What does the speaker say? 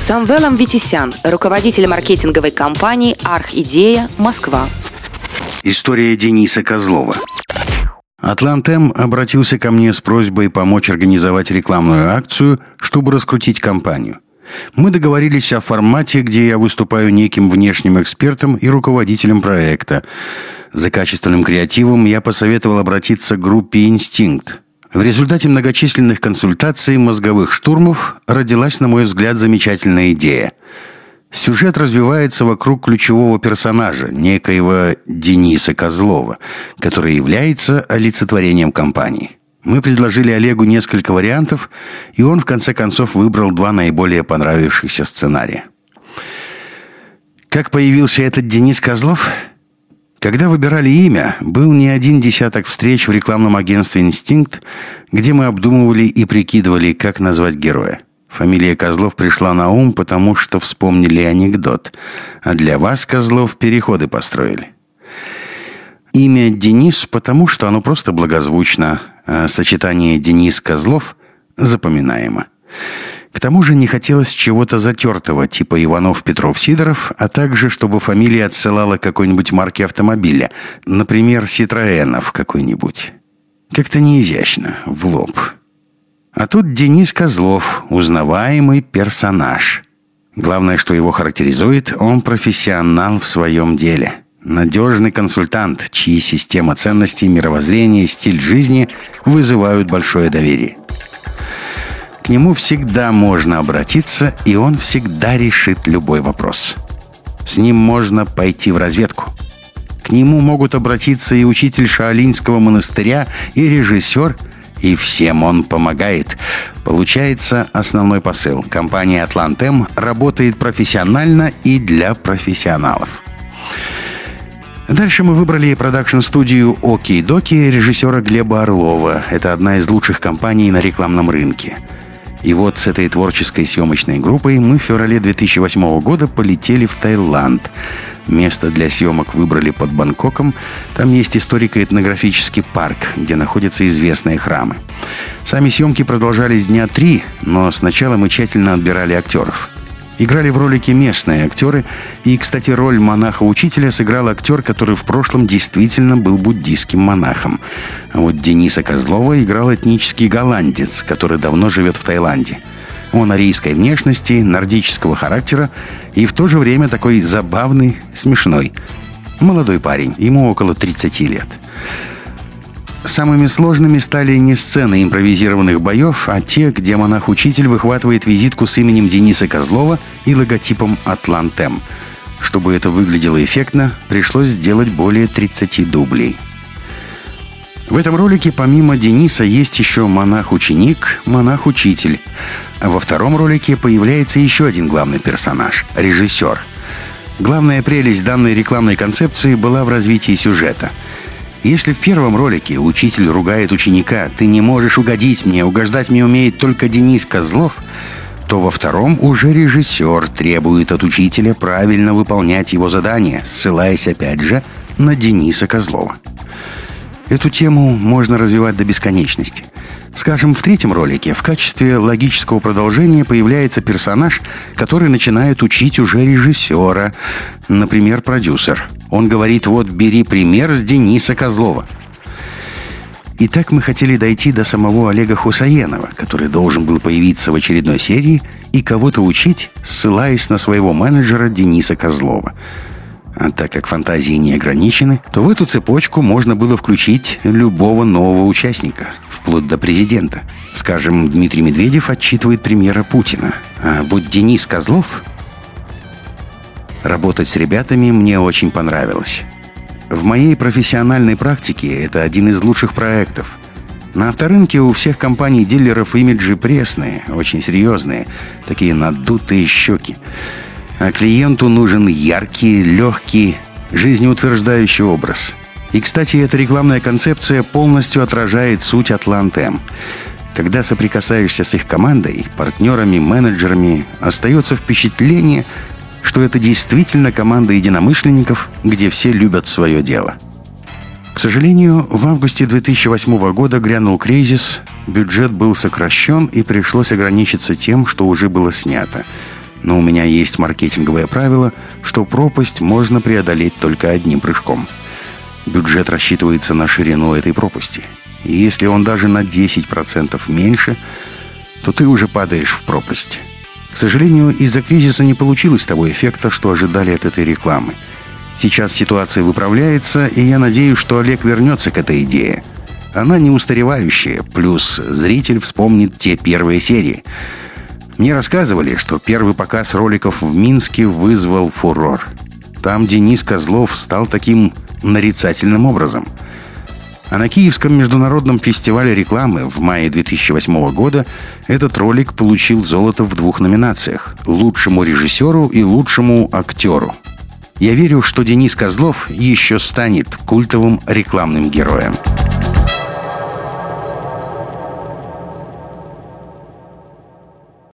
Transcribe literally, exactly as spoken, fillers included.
Самвел Амвитисян, руководитель маркетинговой компании «Арх-Идея», Москва. История Дениса Козлова. Атлантем обратился ко мне с просьбой помочь организовать рекламную акцию, чтобы раскрутить компанию. Мы договорились о формате, где я выступаю неким внешним экспертом и руководителем проекта. За качественным креативом я посоветовал обратиться к группе «Инстинкт». В результате многочисленных консультаций и мозговых штурмов родилась, на мой взгляд, замечательная идея. Сюжет развивается вокруг ключевого персонажа, некоего Дениса Козлова, который является олицетворением компании. Мы предложили Олегу несколько вариантов, и он в конце концов выбрал два наиболее понравившихся сценария. Как появился этот Денис Козлов? Когда выбирали имя, был не один десяток встреч в рекламном агентстве «Инстинкт», где мы обдумывали и прикидывали, как назвать героя. Фамилия Козлов пришла на ум, потому что вспомнили анекдот. А для вас, Козлов, переходы построили. Имя Денис, потому что оно просто благозвучно, а сочетание Денис Козлов запоминаемо. К тому же не хотелось чего-то затертого, типа Иванов, Петров, Сидоров, а также, чтобы фамилия отсылала к какой-нибудь марке автомобиля, например, Ситроенов какой-нибудь. Как-то неизящно, в лоб. А тут Денис Козлов, узнаваемый персонаж. Главное, что его характеризует, он профессионал в своем деле. Надежный консультант, чьи система ценностей, мировоззрение и стиль жизни вызывают большое доверие. К нему всегда можно обратиться, и он всегда решит любой вопрос. С ним можно пойти в разведку. К нему могут обратиться и учитель Шаолиньского монастыря, и режиссер, и всем он помогает. Получается основной посыл. Компания «Атлантем» работает профессионально и для профессионалов. Дальше мы выбрали продакшн-студию «Оки-доки» режиссера Глеба Орлова. Это одна из лучших компаний на рекламном рынке. И вот с этой творческой съемочной группой мы в феврале две тысячи восьмого года полетели в Таиланд. Место для съемок выбрали под Бангкоком. Там есть историко-этнографический парк, где находятся известные храмы. Сами съемки продолжались дня три, но сначала мы тщательно отбирали актеров. Играли в ролике местные актеры. И, кстати, роль монаха-учителя сыграл актер, который в прошлом действительно был буддийским монахом. А вот Дениса Козлова играл этнический голландец, который давно живет в Таиланде. Он арийской внешности, нордического характера и в то же время такой забавный, смешной. Молодой парень, ему около тридцати лет. Самыми сложными стали не сцены импровизированных боев, а те, где монах-учитель выхватывает визитку с именем Дениса Козлова и логотипом «Атлантем». Чтобы это выглядело эффектно, пришлось сделать более тридцати дублей. В этом ролике помимо Дениса есть еще монах-ученик, монах-учитель. А во втором ролике появляется еще один главный персонаж – режиссер. Главная прелесть данной рекламной концепции была в развитии сюжета. Если в первом ролике учитель ругает ученика «ты не можешь угодить мне, угождать мне умеет только Денис Козлов», то во втором уже режиссер требует от учителя правильно выполнять его задание, ссылаясь опять же на Дениса Козлова. Эту тему можно развивать до бесконечности. Скажем, в третьем ролике в качестве логического продолжения появляется персонаж, который начинает учить уже режиссера, например, продюсер. Он говорит: вот бери пример с Дениса Козлова. И так мы хотели дойти до самого Олега Хусаенова, который должен был появиться в очередной серии и кого-то учить, ссылаясь на своего менеджера Дениса Козлова. А так как фантазии не ограничены, то в эту цепочку можно было включить любого нового участника, вплоть до президента. Скажем, Дмитрий Медведев отчитывает премьера Путина. А вот Денис Козлов... Работать с ребятами мне очень понравилось. В моей профессиональной практике это один из лучших проектов. На авторынке у всех компаний-дилеров имиджи пресные, очень серьезные, такие надутые щеки. А клиенту нужен яркий, легкий, жизнеутверждающий образ. И, кстати, эта рекламная концепция полностью отражает суть Атлантем. Когда соприкасаешься с их командой, партнерами, менеджерами, остается впечатление, что это действительно команда единомышленников, где все любят свое дело. К сожалению, в августе две тысячи восьмого года грянул кризис, бюджет был сокращен и пришлось ограничиться тем, что уже было снято. Но у меня есть маркетинговое правило, что пропасть можно преодолеть только одним прыжком. Бюджет рассчитывается на ширину этой пропасти. И если он даже на десять процентов меньше, то ты уже падаешь в пропасть. К сожалению, из-за кризиса не получилось того эффекта, что ожидали от этой рекламы. Сейчас ситуация выправляется, и я надеюсь, что Олег вернется к этой идее. Она не устаревающая, плюс зритель вспомнит те первые серии. Мне рассказывали, что первый показ роликов в Минске вызвал фурор. Там Денис Козлов стал таким нарицательным образом. А на Киевском международном фестивале рекламы в мае две тысячи восьмого года этот ролик получил золото в двух номинациях – лучшему режиссеру и лучшему актеру. Я верю, что Денис Козлов еще станет культовым рекламным героем.